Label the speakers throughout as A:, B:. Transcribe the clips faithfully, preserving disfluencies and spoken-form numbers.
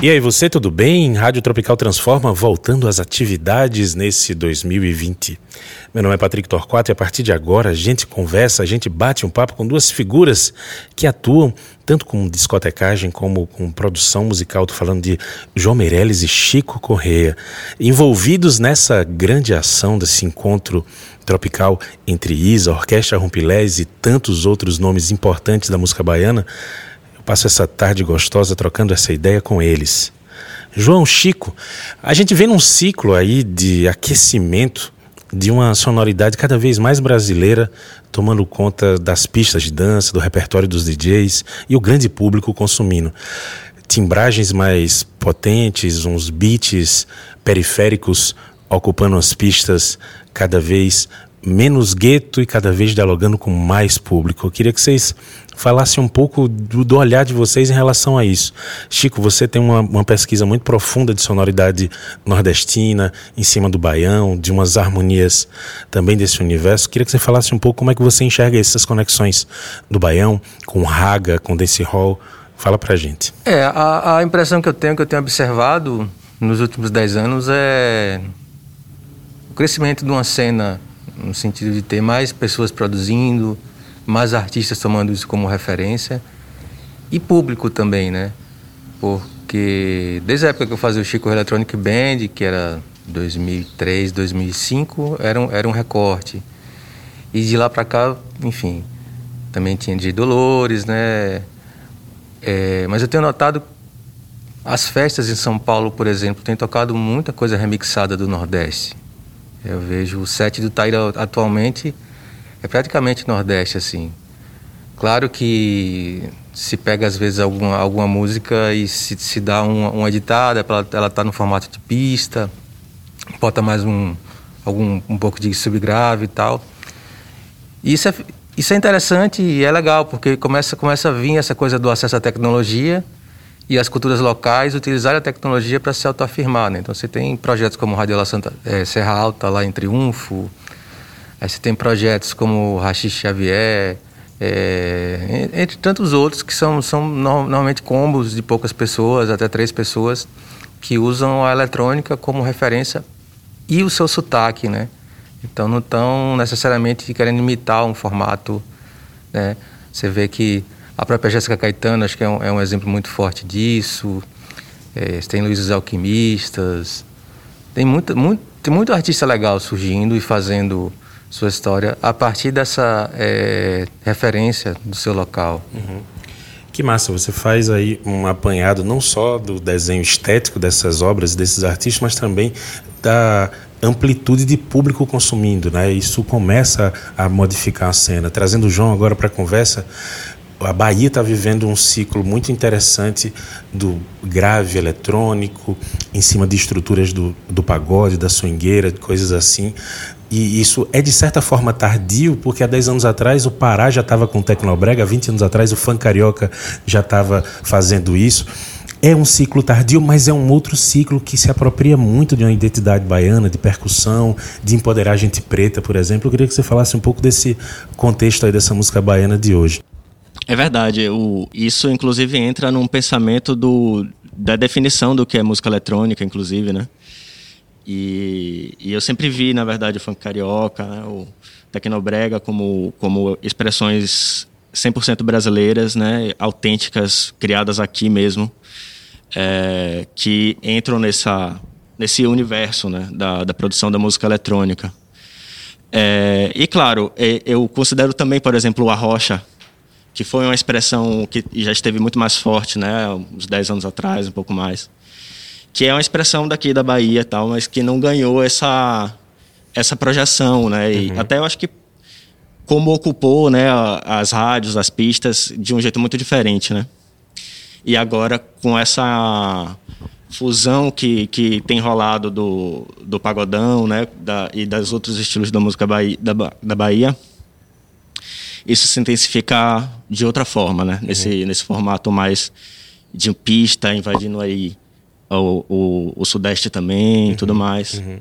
A: E aí, você, tudo bem? Rádio Tropical Transforma, voltando às atividades nesse dois mil e vinte. Meu nome é Patrick Torquato e a partir de agora a gente conversa, a gente bate um papo com duas figuras que atuam tanto com discotecagem como com produção musical. Estou falando de João Meirelles e Chico Correa, envolvidos nessa grande ação desse encontro tropical entre Isa, Orquestra Rumpilés e tantos outros nomes importantes da música baiana. Eu passo essa tarde gostosa trocando essa ideia com eles. João, Chico, a gente vem num ciclo aí de aquecimento de uma sonoridade cada vez mais brasileira, tomando conta das pistas de dança, do repertório dos D Js e o grande público consumindo. Timbragens mais potentes, uns beats periféricos ocupando as pistas, cada vez menos gueto e cada vez dialogando com mais público. Eu queria que vocês falassem um pouco do, do olhar de vocês em relação a isso. Chico, você tem uma, uma pesquisa muito profunda de sonoridade nordestina, em cima do baião, de umas harmonias também desse universo. Eu queria que você falasse um pouco como é que você enxerga essas conexões do baião com raga, com dancehall. Fala pra gente.
B: É, a, a impressão que eu tenho, que eu tenho observado nos últimos dez anos é o crescimento de uma cena no sentido de ter mais pessoas produzindo, mais artistas tomando isso como referência e público também, né? Porque desde a época que eu fazia o Chico Electronic Band, que era dois mil e três, dois mil e cinco, era um, era um recorte. E de lá pra cá, enfim, também tinha D J Dolores, né? É, mas eu tenho notado as festas em São Paulo, por exemplo, tem tocado muita coisa remixada do Nordeste. Eu vejo o set do Taíra atualmente é praticamente Nordeste, assim. Claro que se pega às vezes alguma, alguma música e se, se dá uma, uma editada, ela, ela tá no formato de pista, bota mais um, algum, um pouco de subgrave e tal. E isso é, isso é interessante e é legal, porque começa, começa a vir essa coisa do acesso à tecnologia e as culturas locais utilizarem a tecnologia para se autoafirmar, né? Então você tem projetos como Radiola Santa, é, Serra Alta, lá em Triunfo. Aí você tem projetos como Rachis Xavier, é, entre tantos outros que são, são normalmente combos de poucas pessoas, até três pessoas, que usam a eletrônica como referência e o seu sotaque, né? Então não estão necessariamente querendo imitar um formato, né? Você vê que a própria Jéssica Caetano, acho que é um, é um exemplo muito forte disso. É, tem Luiz os Alquimistas. Tem, muita, muito, tem muito artista legal surgindo e fazendo sua história a partir dessa é, referência do seu local.
A: Uhum. Que massa, você faz aí um apanhado não só do desenho estético dessas obras, desses artistas, mas também da amplitude de público consumindo, né? Isso começa a modificar a cena. Trazendo o João agora para a conversa, a Bahia está vivendo um ciclo muito interessante do grave eletrônico, em cima de estruturas do, do pagode, da swingueira, coisas assim. E isso é de certa forma tardio, porque há dez anos atrás o Pará já estava com o Tecnobrega, há vinte anos atrás o funk carioca já estava fazendo isso. É um ciclo tardio, mas é um outro ciclo que se apropria muito de uma identidade baiana, de percussão, de empoderar gente preta, por exemplo. Eu queria que você falasse um pouco desse contexto aí dessa música baiana de hoje.
C: É verdade, o, isso inclusive entra num pensamento do, da definição do que é música eletrônica, inclusive, né? E, e eu sempre vi, na verdade, o funk carioca, né, o tecnobrega como, como expressões cem por cento brasileiras, né, autênticas, criadas aqui mesmo, é, que entram nessa, nesse universo, né, da, da produção da música eletrônica. É, e, claro, eu considero também, por exemplo, o arrocha, que foi uma expressão que já esteve muito mais forte, né, uns dez anos atrás, um pouco mais, que é uma expressão daqui da Bahia e tal, mas que não ganhou essa, essa projeção, né, e uhum. até eu acho que como ocupou, né, as rádios, as pistas, de um jeito muito diferente, né, e agora com essa fusão que, que tem rolado do, do pagodão, né, da, e dos outros estilos da música Bahia, da, da Bahia, isso se intensifica de outra forma, né? Nesse, uhum. nesse formato mais de pista, invadindo aí o, o, o Sudeste também e uhum. tudo mais. Uhum.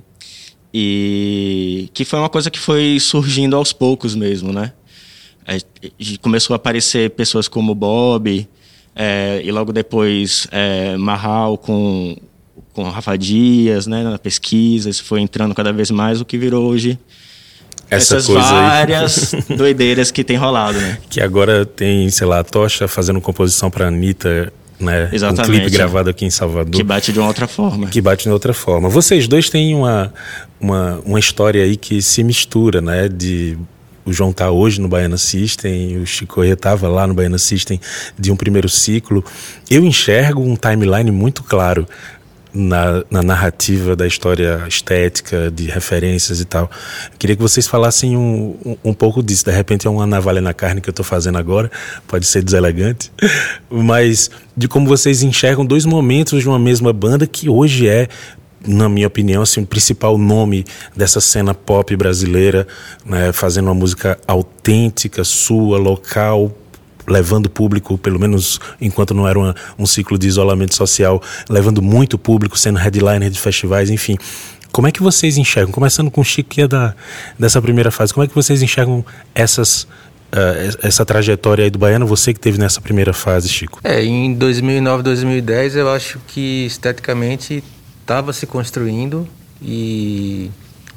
C: E que foi uma coisa que foi surgindo aos poucos mesmo, né? É, começou a aparecer pessoas como o Bob, é, e logo depois é, Marral com, com Rafa Dias, né, na pesquisa, isso foi entrando cada vez mais, o que virou hoje
A: Essa
C: essas
A: coisa
C: várias
A: aí.
C: doideiras que tem rolado, né?
A: Que agora tem, sei lá, a Tocha fazendo composição para Anitta, né?
C: Exatamente.
A: Um clipe gravado aqui em Salvador.
C: Que bate de uma outra forma.
A: Que bate de outra forma. Vocês dois têm uma, uma, uma história aí que se mistura, né? De, o João tá hoje no Baiana System, o Chico estava lá no Baiana System de um primeiro ciclo. Eu enxergo um timeline muito claro Na, na narrativa da história estética, de referências e tal. Queria que vocês falassem um, um, um pouco disso. De repente é uma navalha na carne que eu estou fazendo agora, pode ser deselegante, mas de como vocês enxergam dois momentos de uma mesma banda que hoje é, na minha opinião, assim, o principal nome dessa cena pop brasileira, né, fazendo uma música autêntica, sua, local, levando público, pelo menos enquanto não era uma, um ciclo de isolamento social, levando muito público, sendo headliner de festivais, enfim. Como é que vocês enxergam, começando com o Chico, que é da, dessa primeira fase, como é que vocês enxergam essas, uh, essa trajetória aí do Baiano, você que teve nessa primeira fase, Chico?
B: É, em dois mil e nove, dois mil e dez, eu acho que esteticamente estava se construindo e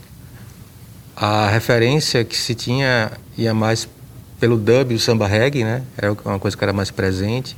B: a referência que se tinha ia mais pelo dub e o samba reggae, né? Era uma coisa que era mais presente.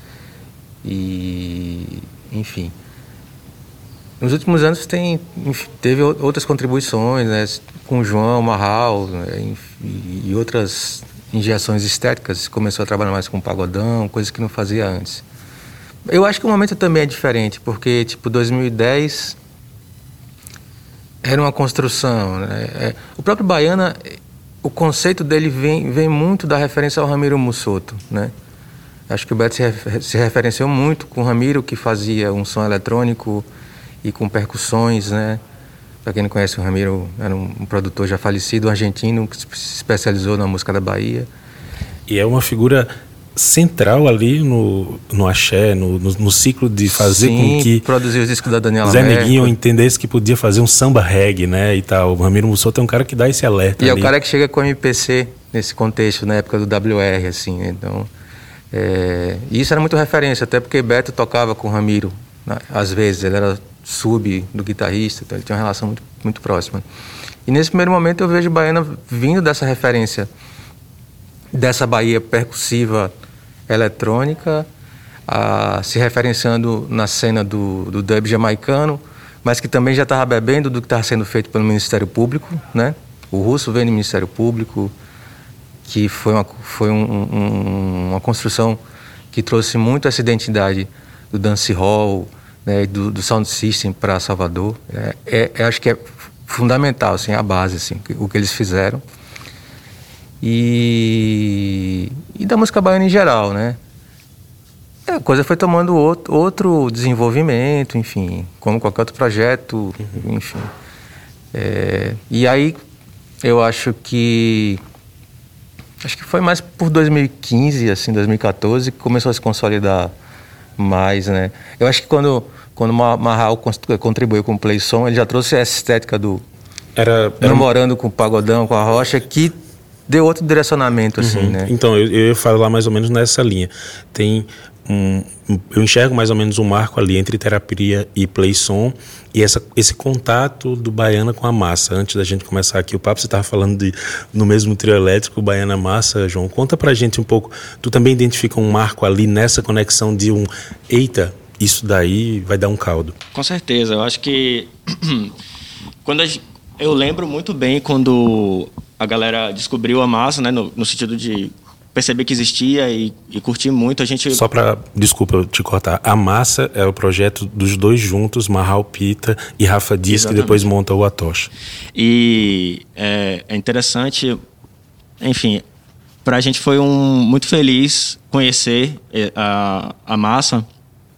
B: E, enfim. Nos últimos anos tem, teve outras contribuições, né? Com o João, Marral, né? E outras injeções estéticas. Começou a trabalhar mais com pagodão, coisas que não fazia antes. Eu acho que o momento também é diferente, porque, tipo, dois mil e dez era uma construção, né? É, o próprio Baiana, o conceito dele vem, vem muito da referência ao Ramiro Mussoto, né? Acho que o Beto se, refer, se referenciou muito com o Ramiro, que fazia um som eletrônico e com percussões, né? Para quem não conhece, o Ramiro era um, um produtor já falecido, um argentino, que se especializou na música da Bahia.
A: E é uma figura central ali no, no axé, no, no, no ciclo de fazer
B: Sim,
A: com que
B: produziu os discos da Daniela
A: Zé
B: Mercury.
A: Neguinho entendesse que podia fazer um samba reggae, né, e tal. O Ramiro Mussoto é um cara que dá esse alerta
B: E
A: ali.
B: é o cara que chega com o M P C nesse contexto, na época do W R, assim, né? Então, é, isso era muito referência, até porque Beto tocava com o Ramiro, né? Às vezes, ele era sub do guitarrista, então ele tinha uma relação muito, muito próxima. E nesse primeiro momento eu vejo Baiana vindo dessa referência, dessa Bahia percussiva eletrônica, a, se referenciando na cena do, do dub jamaicano, mas que também já estava bebendo do que estava sendo feito pelo Ministério Público, né? O Russo vem do Ministério Público, que foi uma, foi um, um, uma construção que trouxe muito essa identidade do dancehall, né, do, do sound system para Salvador. É, é, é, acho que é fundamental, assim, a base, assim, o que eles fizeram. E, e da música baiana em geral, né? A coisa foi tomando outro, outro desenvolvimento, enfim, como qualquer outro projeto, uhum. enfim. É, e aí, eu acho que... Acho que foi mais por dois mil e quinze, assim, dois mil e quatorze, que começou a se consolidar mais, né? Eu acho que quando, quando o Marral contribuiu com o Play Som, ele já trouxe essa estética do... Era, era... namorando com o pagodão, com a rocha, que... deu outro direcionamento, assim, uhum. né?
A: Então, eu, eu ia falar mais ou menos nessa linha. Tem um, um... Eu enxergo mais ou menos um marco ali entre terapia e play som e essa, esse contato do Baiana com a massa. Antes da gente começar aqui o papo, você estava falando de, no mesmo trio elétrico, Baiana Massa, João. Conta pra gente um pouco. Tu também identifica um marco ali nessa conexão de um... Eita, isso daí vai dar um caldo.
C: Com certeza. Eu acho que... quando a gente... Eu lembro muito bem quando... a galera descobriu a massa, né, no, no sentido de perceber que existia e, e curtir muito. A gente...
A: Só para, desculpa eu te cortar, a massa é o projeto dos dois juntos, Marral Pita e Rafa Dias, exatamente, que depois monta o Atocha.
C: E é, é interessante, enfim, para a gente foi um, muito feliz conhecer a, a massa,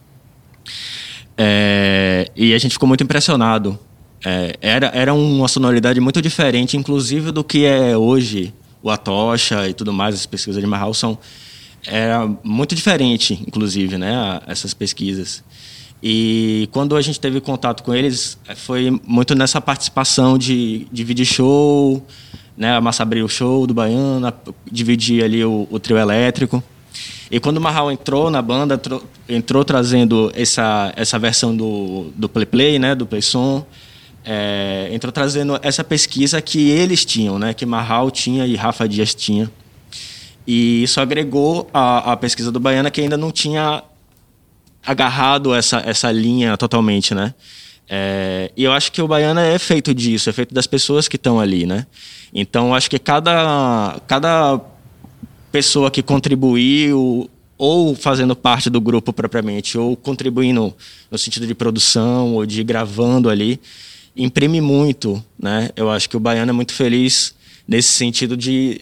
C: é, e a gente ficou muito impressionado. É, era, era uma sonoridade muito diferente, inclusive do que é hoje o Atocha e tudo mais. As pesquisas de Marral são era muito diferente, inclusive, né, essas pesquisas. E quando a gente teve contato com eles, foi muito nessa participação de, de vídeo show, né, a Massa abriu o show do Baiana, dividir ali o, o trio elétrico. E quando o Marral entrou na banda, entrou, entrou trazendo essa, essa versão do, do Play Play, né, do Play Som, é, entrou trazendo essa pesquisa que eles tinham, né, que Marral tinha e Rafa Dias tinha. E isso agregou a, a pesquisa do Baiana, que ainda não tinha agarrado essa, essa linha totalmente, né? É, e eu acho que o Baiana é feito disso, é feito das pessoas que estão ali, né? Então, acho que cada, cada pessoa que contribuiu, ou fazendo parte do grupo propriamente, ou contribuindo no sentido de produção, ou de gravando ali, imprime muito, né? Eu acho que o Baiana é muito feliz nesse sentido de...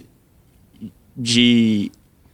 C: de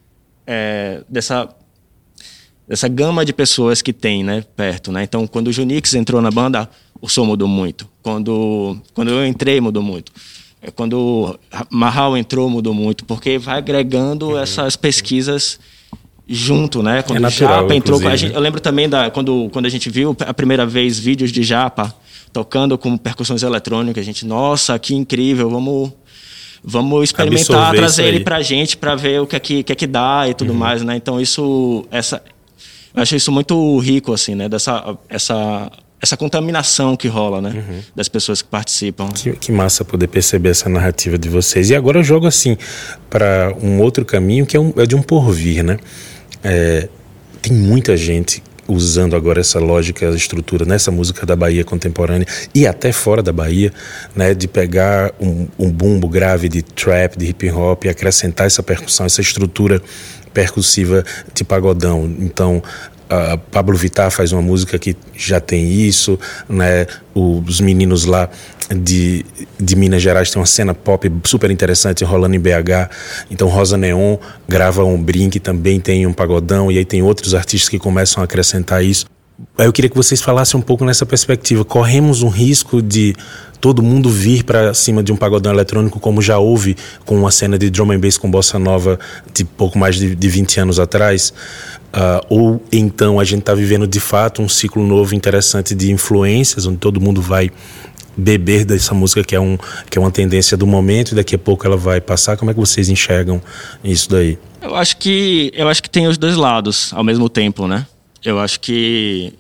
C: é, dessa, dessa gama de pessoas que tem, né, perto, né? Então, quando o Junix entrou na banda, o som mudou muito. Quando, quando eu entrei, mudou muito. Quando o Marral entrou, mudou muito, porque vai agregando uhum. essas pesquisas junto, né? Quando
A: é natural,
C: o Japa entrou, a gente,
A: né?
C: eu lembro também da quando quando a gente viu a primeira vez vídeos de Japa tocando com percussões eletrônicas, a gente, nossa, que incrível, vamos Vamos experimentar,
A: absorver
C: trazer ele pra gente, pra ver o que é que, que, é que dá e tudo uhum. mais, né? Então, isso... Essa, eu acho isso muito rico, assim, né? Dessa, essa, essa contaminação que rola, né? Uhum. Das pessoas que participam.
A: Que, que massa poder perceber essa narrativa de vocês. E agora eu jogo, assim, para um outro caminho, que é, um, é de um porvir, né? É, tem muita gente usando agora essa lógica, essa estrutura nessa música da Bahia contemporânea e até fora da Bahia, né, de pegar um, um bumbo grave de trap, de hip hop e acrescentar essa percussão, essa estrutura percussiva de pagodão. Então, Uh, Pablo Vittar faz uma música que já tem isso, né? Os meninos lá de, de Minas Gerais tem uma cena pop super interessante rolando em B H. Então Rosa Neon grava um Brim, que também tem um pagodão, e aí tem outros artistas que começam a acrescentar isso. Aí eu queria que vocês falassem um pouco nessa perspectiva. Corremos um risco de todo mundo vir para cima de um pagodão eletrônico, como já houve com uma cena de drum and bass com bossa nova de pouco mais de, de vinte anos atrás? Uh, ou então a gente está vivendo de fato um ciclo novo interessante de influências, onde todo mundo vai beber dessa música, que é, um, que é uma tendência do momento, e daqui a pouco ela vai passar. Como é que vocês enxergam isso daí?
C: Eu acho que, eu acho que tem os dois lados ao mesmo tempo, né? Eu acho que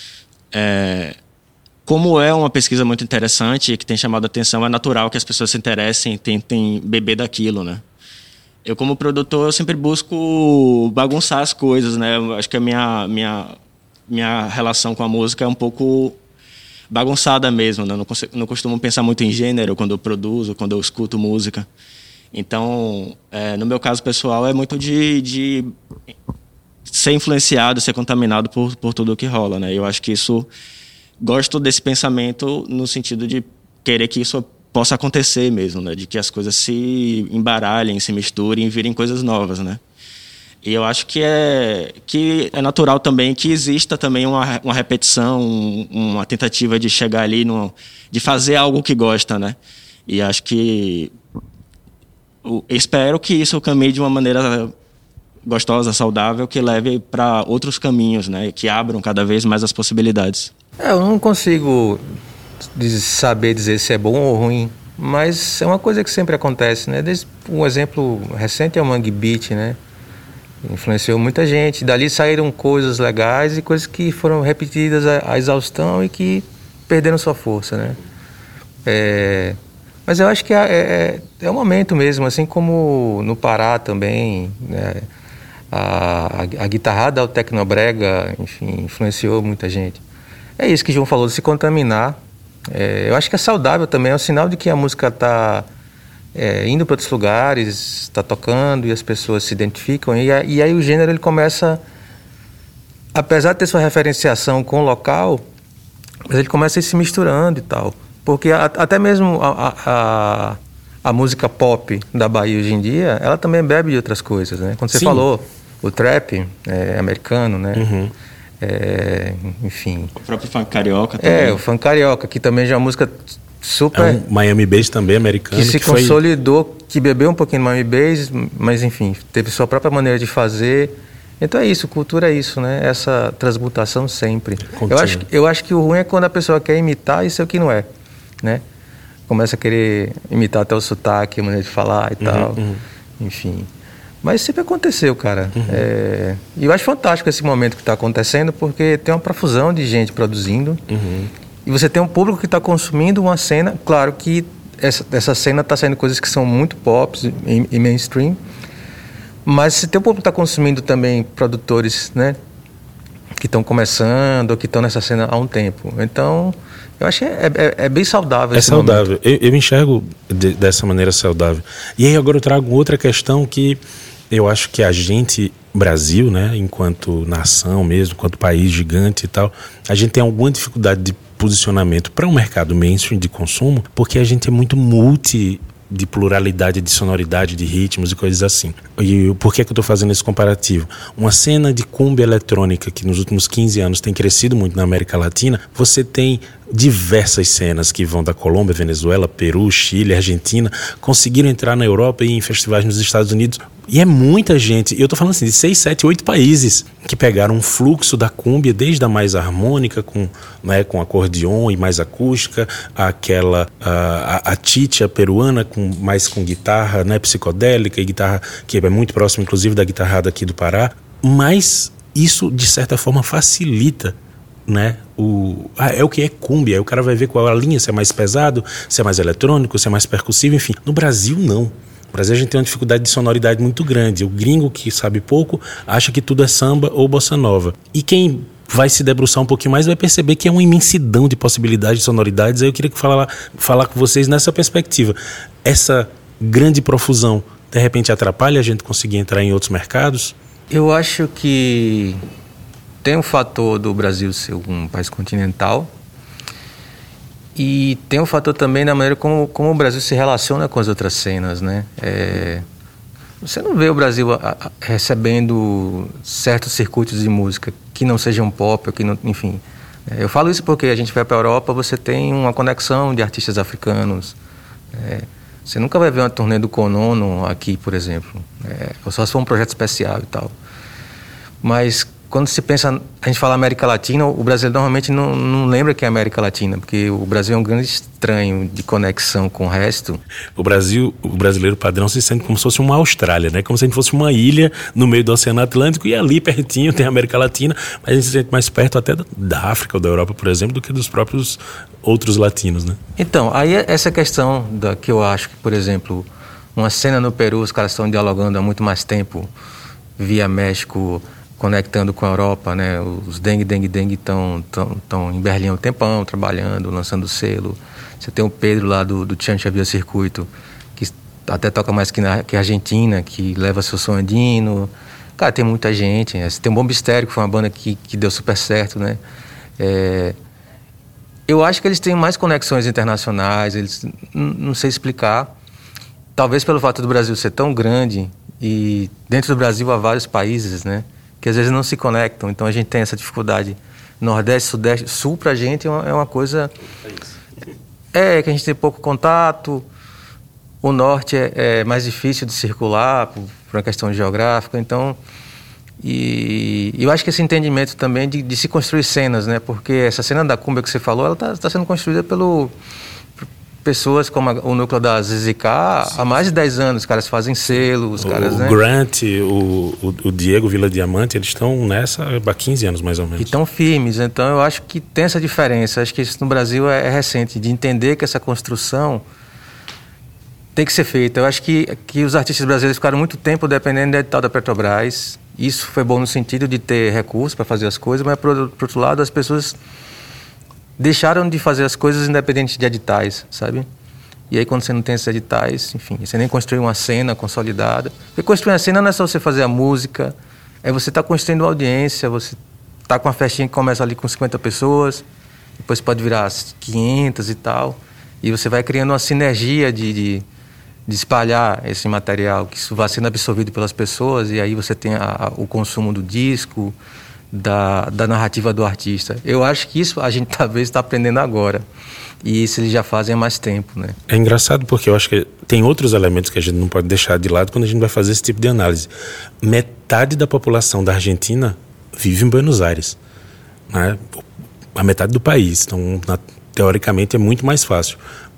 C: é, como é uma pesquisa muito interessante, que tem chamado a atenção, é natural que as pessoas se interessem e tentem beber daquilo, né? Eu, como produtor, eu sempre busco bagunçar as coisas, né? Eu acho que a minha, minha, minha relação com a música é um pouco bagunçada mesmo, né? Eu não, consigo, não costumo pensar muito em gênero quando eu produzo, quando eu escuto música. Então, é, no meu caso pessoal, é muito de, de ser influenciado, ser contaminado por, por tudo que rola, né? Eu acho que isso... Gosto desse pensamento no sentido de querer que isso possa acontecer mesmo, né? De que as coisas se embaralhem, se misturem e virem coisas novas, né? E eu acho que é, que é natural também que exista também uma, uma repetição, uma tentativa de chegar ali, no, de fazer algo que gosta, né? E acho que... Eu espero que isso caminhe de uma maneira gostosa, saudável, que leve para outros caminhos, né? Que abram cada vez mais as possibilidades.
B: É, eu não consigo saber dizer se é bom ou ruim, mas é uma coisa que sempre acontece, né? Desde, um exemplo recente é o Mangue Beat, né? Influenciou muita gente. Dali saíram coisas legais e coisas que foram repetidas à exaustão e que perderam sua força, né? É, mas eu acho que é, é, é um momento mesmo, assim como no Pará também, né? A, a, a guitarrada ao tecnobrega, enfim, influenciou muita gente. É isso que o João falou, de se contaminar. É, eu acho que é saudável também, é um sinal de que a música está é, indo para outros lugares, está tocando e as pessoas se identificam. E, e aí o gênero ele começa, apesar de ter sua referenciação com o local, mas ele começa a ir se misturando e tal. Porque a, até mesmo a, a, a música pop da Bahia hoje em dia, ela também bebe de outras coisas, né? Quando você Sim. falou, o trap é americano, né? Uhum. É, enfim.
C: O próprio funk carioca também.
B: É, o funk carioca, que também já é uma música super...
A: É um Miami Bass também americano.
B: Que se
A: que
B: consolidou,
A: foi...
B: que bebeu um pouquinho de Miami Bass, mas enfim, teve sua própria maneira de fazer. Então é isso, cultura é isso, né? Essa transmutação sempre. Eu acho, eu acho que o ruim é quando a pessoa quer imitar e ser o que não é, né? Começa a querer imitar até o sotaque, a maneira de falar e tal. Uhum, uhum. Enfim. Mas sempre aconteceu, cara. Uhum. É, e eu acho fantástico esse momento que está acontecendo, porque tem uma profusão de gente produzindo. Uhum. E você tem um público que está consumindo uma cena. Claro que essa, essa cena está saindo coisas que são muito pop e, e mainstream. Mas se tem um público que está consumindo também produtores, né, que estão começando ou que estão nessa cena há um tempo. Então, eu acho que é, é, é bem saudável.
A: É saudável. Eu, eu enxergo de, dessa maneira saudável. E aí agora eu trago outra questão que eu acho que a gente, Brasil, né, enquanto nação mesmo, enquanto país gigante e tal, a gente tem alguma dificuldade de posicionamento para um mercado mainstream de consumo, porque a gente é muito multi, de pluralidade, de sonoridade, de ritmos e coisas assim. E por que é que eu estou fazendo esse comparativo? Uma cena de cumbia eletrônica que nos últimos quinze anos tem crescido muito na América Latina, você tem diversas cenas que vão da Colômbia, Venezuela, Peru, Chile, Argentina, conseguiram entrar na Europa e em festivais nos Estados Unidos. E é muita gente, eu estou falando assim, de seis, sete, oito países que pegaram um fluxo da cúmbia, desde a mais harmônica, com, né, com acordeon e mais acústica, aquela, a, a, a chicha peruana, com, mais com guitarra, né, psicodélica, e guitarra que é muito próxima, inclusive, da guitarrada aqui do Pará. Mas isso, de certa forma, facilita, né, o, ah, é o que é cúmbia, aí o cara vai ver qual é a linha, se é mais pesado, se é mais eletrônico, se é mais percussivo, enfim. No Brasil, não. No Brasil a gente tem uma dificuldade de sonoridade muito grande. O gringo que sabe pouco acha que tudo é samba ou bossa nova. E quem vai se debruçar um pouquinho mais vai perceber que é uma imensidão de possibilidades de sonoridades. Aí eu queria falar, falar com vocês nessa perspectiva. Essa grande profusão, de repente, atrapalha a gente conseguir entrar em outros mercados?
B: Eu acho que tem um fator do Brasil ser um país continental. E tem um fator também na maneira como, como o Brasil se relaciona com as outras cenas, né? É, você não vê o Brasil a, a, recebendo certos circuitos de música que não sejam pop, ou que não, enfim. É, eu falo isso porque a gente vai para a Europa, você tem uma conexão de artistas africanos. É, você nunca vai ver uma turnê do Konono aqui, por exemplo. É, ou só se for um projeto especial e tal. Mas quando se pensa, a gente fala América Latina, o brasileiro normalmente não, não lembra que é América Latina, porque o Brasil é um grande estranho de conexão com o resto.
A: O Brasil, o brasileiro padrão se sente como se fosse uma Austrália, né? Como se a gente fosse uma ilha no meio do Oceano Atlântico e ali pertinho tem a América Latina, mas a gente se sente mais perto até da África ou da Europa, por exemplo, do que dos próprios outros latinos, né?
B: Então, aí essa questão da, que eu acho que, por exemplo, uma cena no Peru, os caras estão dialogando há muito mais tempo via México, conectando com a Europa, né? Os Dengue, Dengue, Dengue estão em Berlim há um tempão, trabalhando, lançando selo. Você tem o Pedro lá do, do Tchan Xavier Circuito, que até toca mais que, na, que a Argentina, que leva seu som andino. Cara, tem muita gente. Né? Você tem o Bomba Estéreo, que foi uma banda que, que deu super certo, né? É, eu acho que eles têm mais conexões internacionais, eles não sei explicar. Talvez pelo fato do Brasil ser tão grande, e dentro do Brasil há vários países, né? Que às vezes não se conectam, então a gente tem essa dificuldade. Nordeste, Sudeste, Sul pra gente é uma, é uma coisa... É, que a gente tem pouco contato, o Norte é, é mais difícil de circular por, por uma questão geográfica, então... E, e eu acho que esse entendimento também de, de se construir cenas, né? Porque essa cena da cumbia que você falou, ela está tá sendo construída pelo... pessoas como a, o núcleo da Z Z K há mais de dez anos, os caras fazem selo, os caras,
A: o
B: né?
A: Grant, o, o, o Diego Vila Diamante, eles estão nessa há quinze anos mais ou menos.
B: E estão firmes, então eu acho que tem essa diferença, acho que isso no Brasil é, é recente, de entender que essa construção tem que ser feita. Eu acho que, que os artistas brasileiros ficaram muito tempo dependendo do edital da Petrobras, isso foi bom no sentido de ter recursos para fazer as coisas, mas por, por outro lado as pessoas deixaram de fazer as coisas independentes de editais, sabe? E aí quando você não tem esses editais, enfim, você nem construi uma cena consolidada. Porque construir uma cena não é só você fazer a música, é você estar tá construindo uma audiência, você tá com uma festinha que começa ali com cinquenta pessoas, depois pode virar quinhentas e tal, e você vai criando uma sinergia de, de, de espalhar esse material, que isso vai sendo absorvido pelas pessoas, e aí você tem a, a, o consumo do disco, Da, da narrativa do artista. Eu acho que isso a gente talvez está aprendendo agora. E isso eles já fazem há mais tempo, né?
A: É engraçado porque eu acho que tem outros elementos que a gente não pode deixar de lado quando a gente vai fazer esse tipo de análise. Metade da população da Argentina vive em Buenos Aires, né? A metade do país. Então, na, teoricamente, é muito mais fácil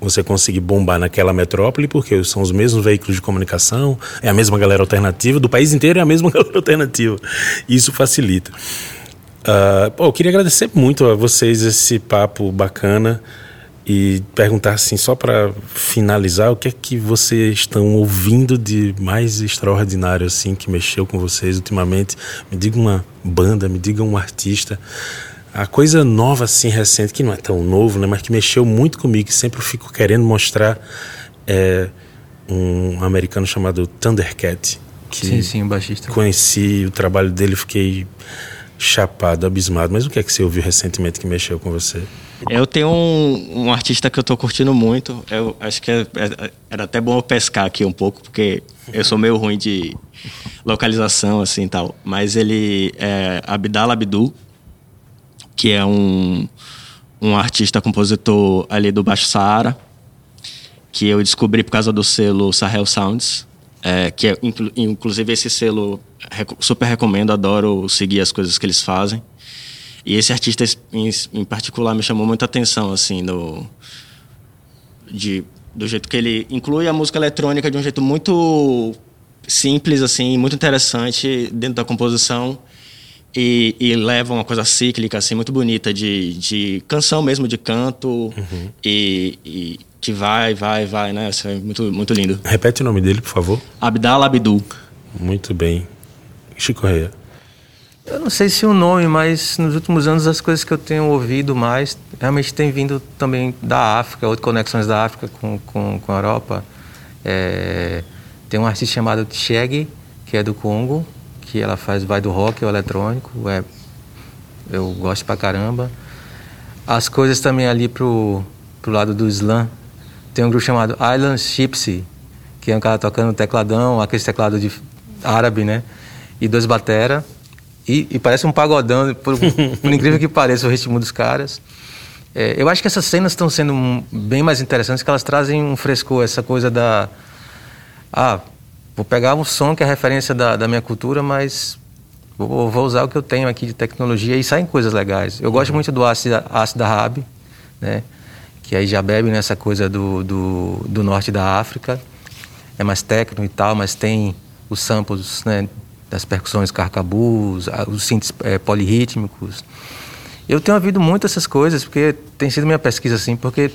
A: você conseguir bombar naquela metrópole, porque são os mesmos veículos de comunicação, é a mesma galera alternativa, do país inteiro é a mesma galera alternativa. Isso facilita. Uh, pô, eu queria agradecer muito a vocês esse papo bacana e perguntar assim, só para finalizar, o que é que vocês estão ouvindo de mais extraordinário assim, que mexeu com vocês ultimamente? Me diga uma banda, me diga um artista. A coisa nova assim, recente, que não é tão novo, né, mas que mexeu muito comigo, que sempre eu fico querendo mostrar, é um americano chamado Thundercat. Que
B: sim, sim, o baixista.
A: Conheci o trabalho dele, fiquei chapado, abismado. Mas o que é que você ouviu recentemente que mexeu com você?
C: Eu tenho um, um artista que eu tô curtindo muito. Eu acho que é, é, era até bom eu pescar aqui um pouco, porque eu sou meio ruim de localização, assim, e tal. Mas ele é Abdallah Abdul, que é um, um artista, compositor ali do Baixo Saara, que eu descobri por causa do selo Sahel Sounds. É, que é, inclu, inclusive esse selo super recomendo, adoro seguir as coisas que eles fazem. E esse artista em, em particular me chamou muita atenção, assim, no, de, do jeito que ele inclui a música eletrônica de um jeito muito simples, assim, muito interessante dentro da composição, e, e leva uma coisa cíclica, assim, muito bonita, de, de canção mesmo, de canto, uhum. e, e que vai, vai, vai, né? Isso é muito, muito lindo.
A: Repete o nome dele, por favor.
C: Abdallah Abdul.
A: Muito bem. Chico Correia.
B: Eu não sei se o nome, mas nos últimos anos as coisas que eu tenho ouvido mais realmente tem vindo também da África, ou de conexões da África com, com, com a Europa. É, tem um artista chamado Tcheg, que é do Congo, que ela faz, vai do rock ao eletrônico. É, eu gosto pra caramba. As coisas também ali pro, pro lado do slam. Tem um grupo chamado Island Gypsy, que é um cara tocando tecladão, aquele teclado de árabe, né? E dois batera. E, e parece um pagodão, por, por incrível que pareça o ritmo dos caras. É, eu acho que essas cenas estão sendo bem mais interessantes, que elas trazem um frescor, essa coisa da... Ah, vou pegar um som que é referência da, da minha cultura, mas vou, vou usar o que eu tenho aqui de tecnologia e saem coisas legais. Eu gosto muito do Acid, Acid Arab, né? Que aí já bebe nessa coisa do, do, do norte da África. É mais técnico e tal, mas tem os samples, né, das percussões carcabus, os synths é, polirrítmicos. Eu tenho ouvido muito essas coisas, porque tem sido minha pesquisa, assim, porque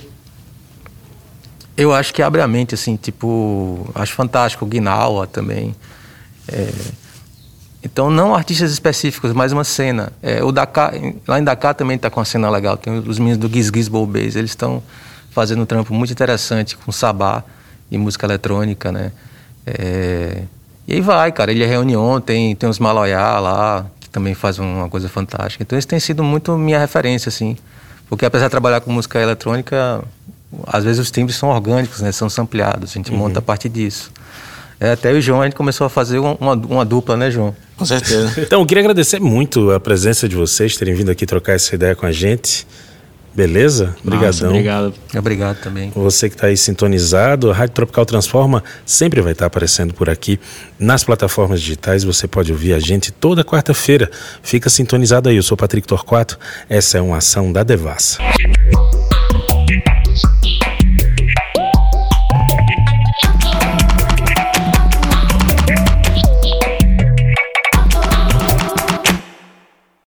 B: eu acho que abre a mente, assim, tipo... Acho fantástico, o Guinawa também. É, então, não artistas específicos, mas uma cena. É, o Dakar, lá em Dakar também está com uma cena legal. Tem os meninos do Giz Giz Bombês, eles estão fazendo um trampo muito interessante com sabá e música eletrônica, né? É, e aí vai, cara. Ele é reunião, tem, tem os Maloyá lá, que também faz uma coisa fantástica. Então, isso tem sido muito minha referência, assim. Porque apesar de trabalhar com música eletrônica, às vezes os timbres são orgânicos, né? São sampleados. A gente uhum. monta a partir disso. É, até eu e o João, a gente começou a fazer uma, uma dupla, né, João?
C: Com certeza.
A: Então, eu queria agradecer muito a presença de vocês, terem vindo aqui trocar essa ideia com a gente. Beleza? Obrigadão.
C: Obrigado.
B: Obrigado também.
A: Você que está aí sintonizado, a Rádio Tropical Transforma sempre vai estar aparecendo por aqui nas plataformas digitais. Você pode ouvir a gente toda quarta-feira. Fica sintonizado aí. Eu sou Patrick Torquato. Essa é uma ação da Devassa.